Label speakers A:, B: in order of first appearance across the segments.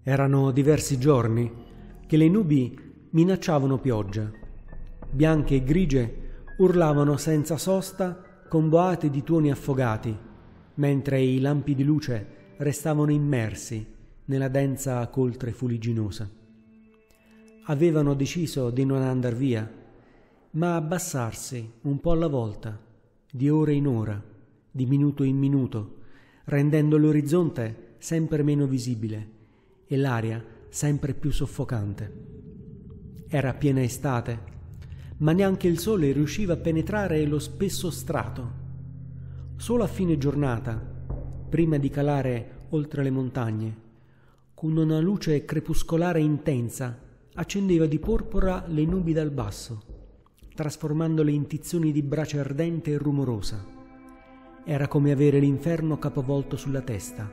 A: Erano diversi giorni che le nubi minacciavano pioggia. Bianche e grigie urlavano senza sosta con boate di tuoni affogati, mentre i lampi di luce restavano immersi nella densa coltre fuligginosa. Avevano deciso di non andar via, ma abbassarsi un po' alla volta, di ora in ora, di minuto in minuto, rendendo l'orizzonte sempre meno visibile e l'aria sempre più soffocante. Era piena estate, ma neanche il sole riusciva a penetrare lo spesso strato. Solo a fine giornata, prima di calare oltre le montagne, con una luce crepuscolare intensa, accendeva di porpora le nubi dal basso, trasformandole in tizzoni di brace ardente e rumorosa. Era come avere l'inferno capovolto sulla testa.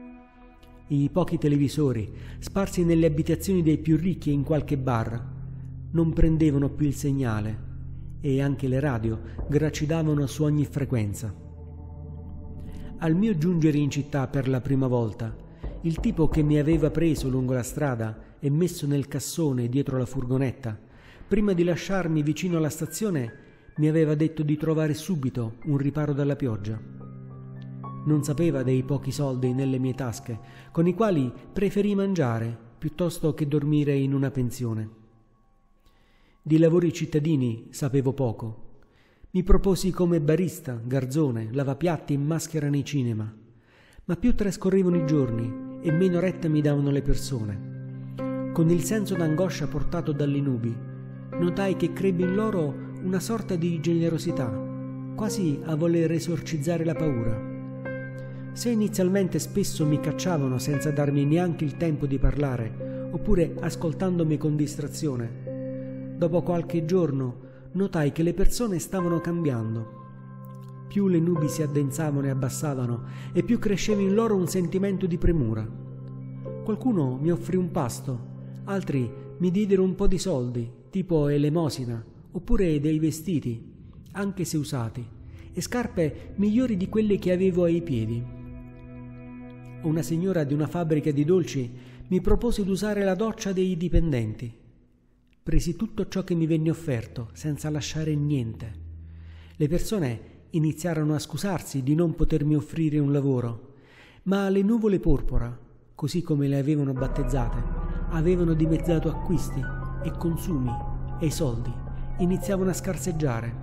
A: I pochi televisori, sparsi nelle abitazioni dei più ricchi e in qualche bar, non prendevano più il segnale e anche le radio gracidavano su ogni frequenza. Al mio giungere in città per la prima volta, il tipo che mi aveva preso lungo la strada e messo nel cassone dietro la furgonetta, prima di lasciarmi vicino alla stazione, mi aveva detto di trovare subito un riparo dalla pioggia. Non sapeva dei pochi soldi nelle mie tasche, con i quali preferì mangiare piuttosto che dormire in una pensione. Di lavori cittadini sapevo poco. Mi proposi come barista, garzone, lavapiatti in maschera nei cinema. Ma più trascorrevano i giorni e meno retta mi davano le persone. Con il senso d'angoscia portato dalle nubi, notai che crebbe in loro una sorta di generosità, quasi a voler esorcizzare la paura. Se inizialmente spesso mi cacciavano senza darmi neanche il tempo di parlare, oppure ascoltandomi con distrazione, dopo qualche giorno notai che le persone stavano cambiando. Più le nubi si addensavano e abbassavano, e più cresceva in loro un sentimento di premura. Qualcuno mi offrì un pasto, altri mi diedero un po' di soldi, tipo elemosina, oppure dei vestiti, anche se usati, e scarpe migliori di quelle che avevo ai piedi. Una signora di una fabbrica di dolci mi propose d'usare la doccia dei dipendenti. Presi tutto ciò che mi venne offerto, senza lasciare niente. Le persone iniziarono a scusarsi di non potermi offrire un lavoro, ma le nuvole porpora, così come le avevano battezzate, avevano dimezzato acquisti e consumi e i soldi iniziavano a scarseggiare.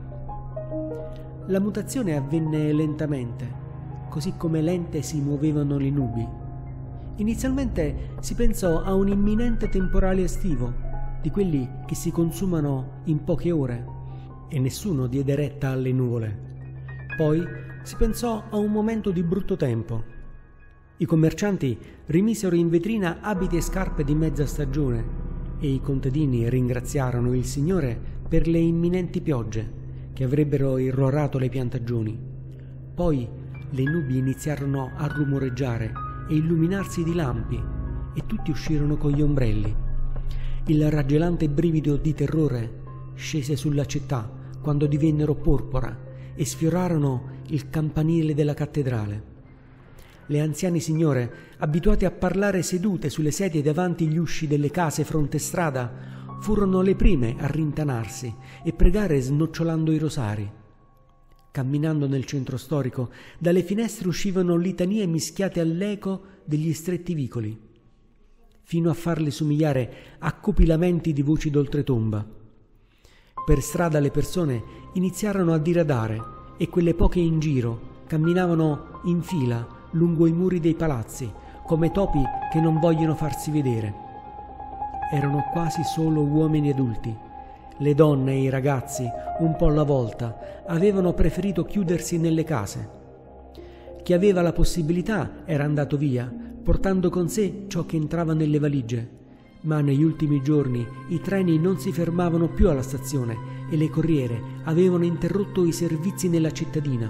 A: La mutazione avvenne lentamente, così come lente si muovevano le nubi. Inizialmente si pensò a un imminente temporale estivo, di quelli che si consumano in poche ore, e nessuno diede retta alle nuvole. Poi si pensò a un momento di brutto tempo. I commercianti rimisero in vetrina abiti e scarpe di mezza stagione e i contadini ringraziarono il Signore per le imminenti piogge che avrebbero irrorato le piantagioni. Poi le nubi iniziarono a rumoreggiare e illuminarsi di lampi e tutti uscirono con gli ombrelli. Il raggelante brivido di terrore scese sulla città quando divennero porpora e sfiorarono il campanile della cattedrale. Le anziane signore, abituate a parlare sedute sulle sedie davanti gli usci delle case fronte strada, furono le prime a rintanarsi e pregare snocciolando i rosari. Camminando nel centro storico, dalle finestre uscivano litanie mischiate all'eco degli stretti vicoli, fino a farle somigliare a copilamenti di voci d'oltretomba. Per strada le persone iniziarono a diradare e quelle poche in giro camminavano in fila lungo i muri dei palazzi, come topi che non vogliono farsi vedere. Erano quasi solo uomini adulti. Le donne e i ragazzi, un po' alla volta, avevano preferito chiudersi nelle case. Chi aveva la possibilità era andato via, portando con sé ciò che entrava nelle valigie, ma negli ultimi giorni i treni non si fermavano più alla stazione e le corriere avevano interrotto i servizi nella cittadina.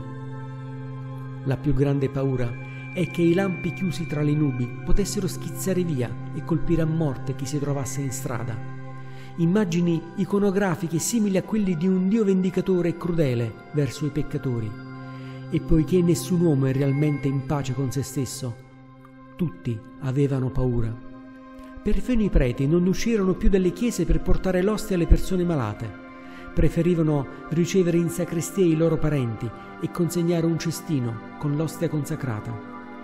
A: La più grande paura è che i lampi chiusi tra le nubi potessero schizzare via e colpire a morte chi si trovasse in strada. Immagini iconografiche simili a quelli di un Dio vendicatore e crudele verso i peccatori. E poiché nessun uomo è realmente in pace con se stesso, tutti avevano paura. Perfino i preti non uscirono più dalle chiese per portare l'ostia alle persone malate. Preferivano ricevere in sacrestia i loro parenti e consegnare un cestino con l'ostia consacrata.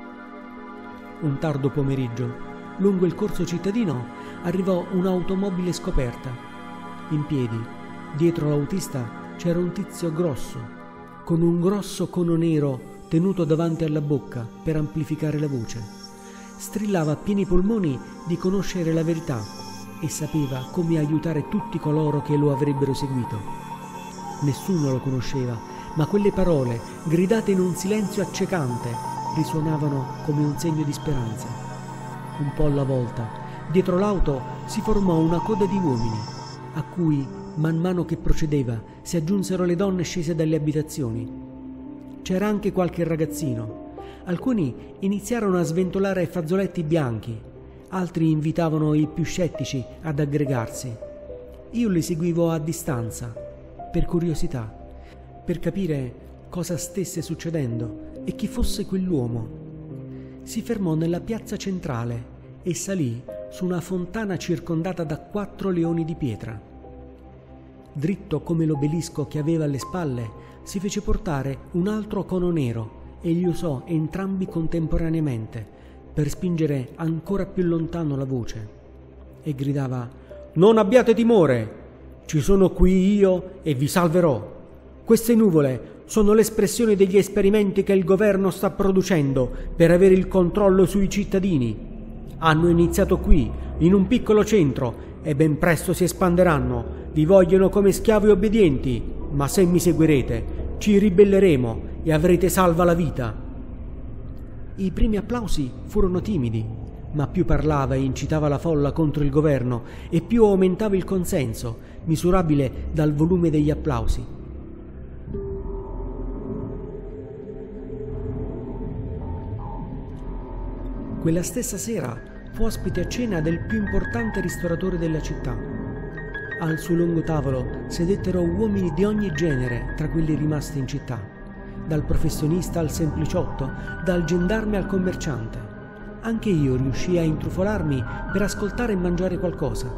A: Un tardo pomeriggio, lungo il corso cittadino, arrivò un'automobile scoperta. In piedi, dietro l'autista, c'era un tizio grosso, con un grosso cono nero tenuto davanti alla bocca per amplificare la voce. Strillava a pieni polmoni di conoscere la verità e sapeva come aiutare tutti coloro che lo avrebbero seguito. Nessuno lo conosceva, ma quelle parole, gridate in un silenzio accecante, risuonavano come un segno di speranza. Un po' alla volta, dietro l'auto si formò una coda di uomini, a cui, man mano che procedeva, si aggiunsero le donne scese dalle abitazioni. C'era anche qualche ragazzino. Alcuni iniziarono a sventolare fazzoletti bianchi, altri invitavano i più scettici ad aggregarsi. Io li seguivo a distanza, per curiosità, per capire cosa stesse succedendo e chi fosse quell'uomo. Si fermò nella piazza centrale e salì su una fontana circondata da 4 leoni di pietra. Dritto come l'obelisco che aveva alle spalle, si fece portare un altro cono nero e li usò entrambi contemporaneamente per spingere ancora più lontano la voce, e gridava: «Non abbiate timore, ci sono qui io e vi salverò. Queste nuvole sono l'espressione degli esperimenti che il governo sta producendo per avere il controllo sui cittadini. Hanno iniziato qui, in un piccolo centro, e ben presto si espanderanno. Vi vogliono come schiavi obbedienti, ma se mi seguirete ci ribelleremo e avrete salva la vita». I primi applausi furono timidi, ma più parlava e incitava la folla contro il governo e più aumentava il consenso, misurabile dal volume degli applausi. Quella stessa sera fu ospite a cena del più importante ristoratore della città. Al suo lungo tavolo sedettero uomini di ogni genere tra quelli rimasti in città, dal professionista al sempliciotto, dal gendarme al commerciante. Anche io riuscii a intrufolarmi per ascoltare e mangiare qualcosa.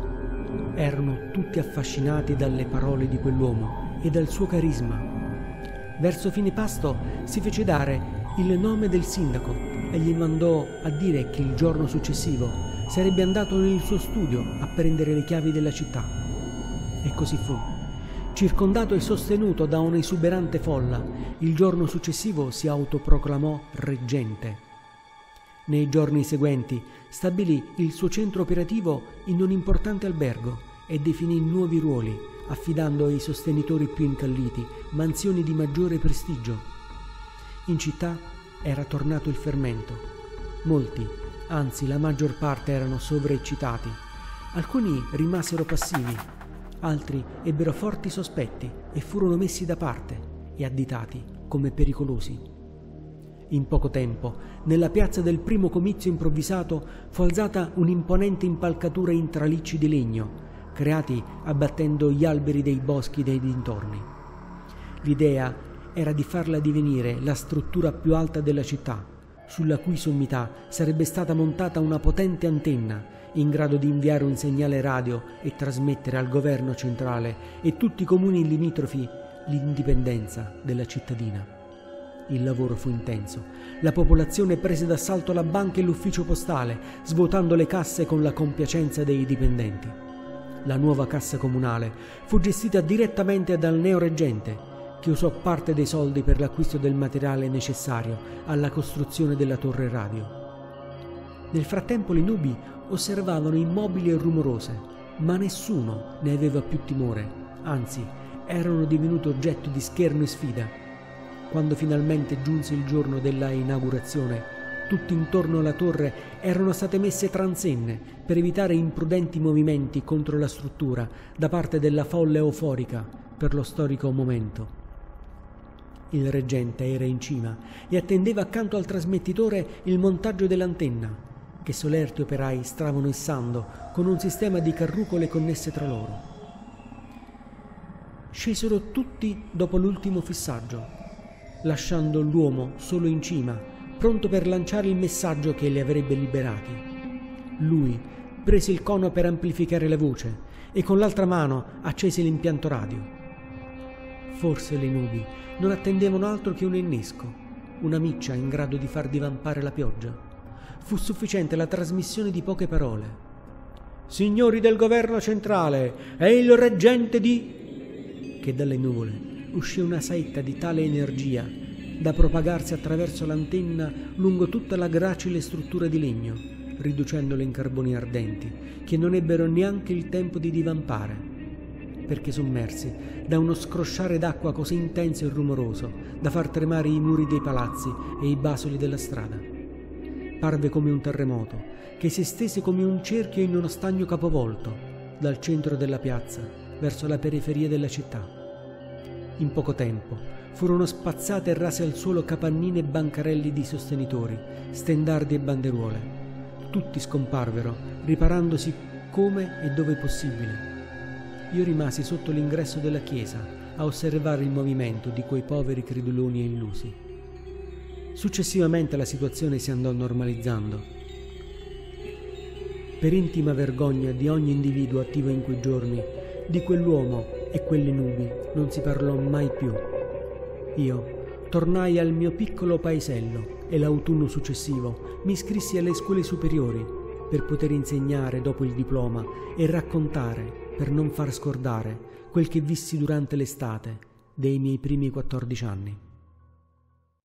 A: Erano tutti affascinati dalle parole di quell'uomo e dal suo carisma. Verso fine pasto si fece dare il nome del sindaco e gli mandò a dire che il giorno successivo sarebbe andato nel suo studio a prendere le chiavi della città. E così fu. Circondato e sostenuto da una esuberante folla, il giorno successivo si autoproclamò reggente. Nei giorni seguenti stabilì il suo centro operativo in un importante albergo e definì nuovi ruoli, affidando ai sostenitori più incalliti mansioni di maggiore prestigio. In città era tornato il fermento. Molti, anzi la maggior parte, erano sovraeccitati. Alcuni rimasero passivi, altri ebbero forti sospetti e furono messi da parte e additati come pericolosi. In poco tempo, nella piazza del primo comizio improvvisato, fu alzata un'imponente impalcatura in tralicci di legno, creati abbattendo gli alberi dei boschi dei dintorni. L'idea era di farla divenire la struttura più alta della città, sulla cui sommità sarebbe stata montata una potente antenna in grado di inviare un segnale radio e trasmettere al governo centrale e tutti i comuni limitrofi l'indipendenza della cittadina. Il lavoro fu intenso. La popolazione prese d'assalto la banca e l'ufficio postale, svuotando le casse con la compiacenza dei dipendenti. La nuova cassa comunale fu gestita direttamente dal neoreggente, che usò parte dei soldi per l'acquisto del materiale necessario alla costruzione della torre radio. Nel frattempo le nubi osservavano immobili e rumorose, ma nessuno ne aveva più timore, anzi erano divenuti oggetto di scherno e sfida. Quando finalmente giunse il giorno della inaugurazione, tutti intorno alla torre erano state messe transenne per evitare imprudenti movimenti contro la struttura da parte della folla euforica per lo storico momento. Il reggente era in cima e attendeva accanto al trasmettitore il montaggio dell'antenna, che solerti operai stavano issando con un sistema di carrucole connesse tra loro. Scesero tutti dopo l'ultimo fissaggio, lasciando l'uomo solo in cima, pronto per lanciare il messaggio che li avrebbe liberati. Lui, presi il cono per amplificare la voce e con l'altra mano accese l'impianto radio. Forse le nubi non attendevano altro che un innesco, una miccia in grado di far divampare la pioggia. Fu sufficiente la trasmissione di poche parole. «Signori del governo centrale, è il reggente di...» che dalle nuvole uscì una saetta di tale energia da propagarsi attraverso l'antenna lungo tutta la gracile struttura di legno, riducendole in carboni ardenti, che non ebbero neanche il tempo di divampare, perché sommersi da uno scrosciare d'acqua così intenso e rumoroso da far tremare i muri dei palazzi e i basoli della strada. Parve come un terremoto, che si stese come un cerchio in uno stagno capovolto, dal centro della piazza verso la periferia della città. In poco tempo furono spazzate e rase al suolo capannine e bancarelli di sostenitori, stendardi e banderuole. Tutti scomparvero, riparandosi come e dove possibile. Io rimasi sotto l'ingresso della chiesa a osservare il movimento di quei poveri creduloni e illusi. Successivamente la situazione si andò normalizzando. Per intima vergogna di ogni individuo attivo in quei giorni, di quell'uomo e quelle nubi non si parlò mai più. Io tornai al mio piccolo paesello e l'autunno successivo mi iscrissi alle scuole superiori per poter insegnare dopo il diploma e raccontare, per non far scordare, quel che vissi durante l'estate dei miei primi 14 anni.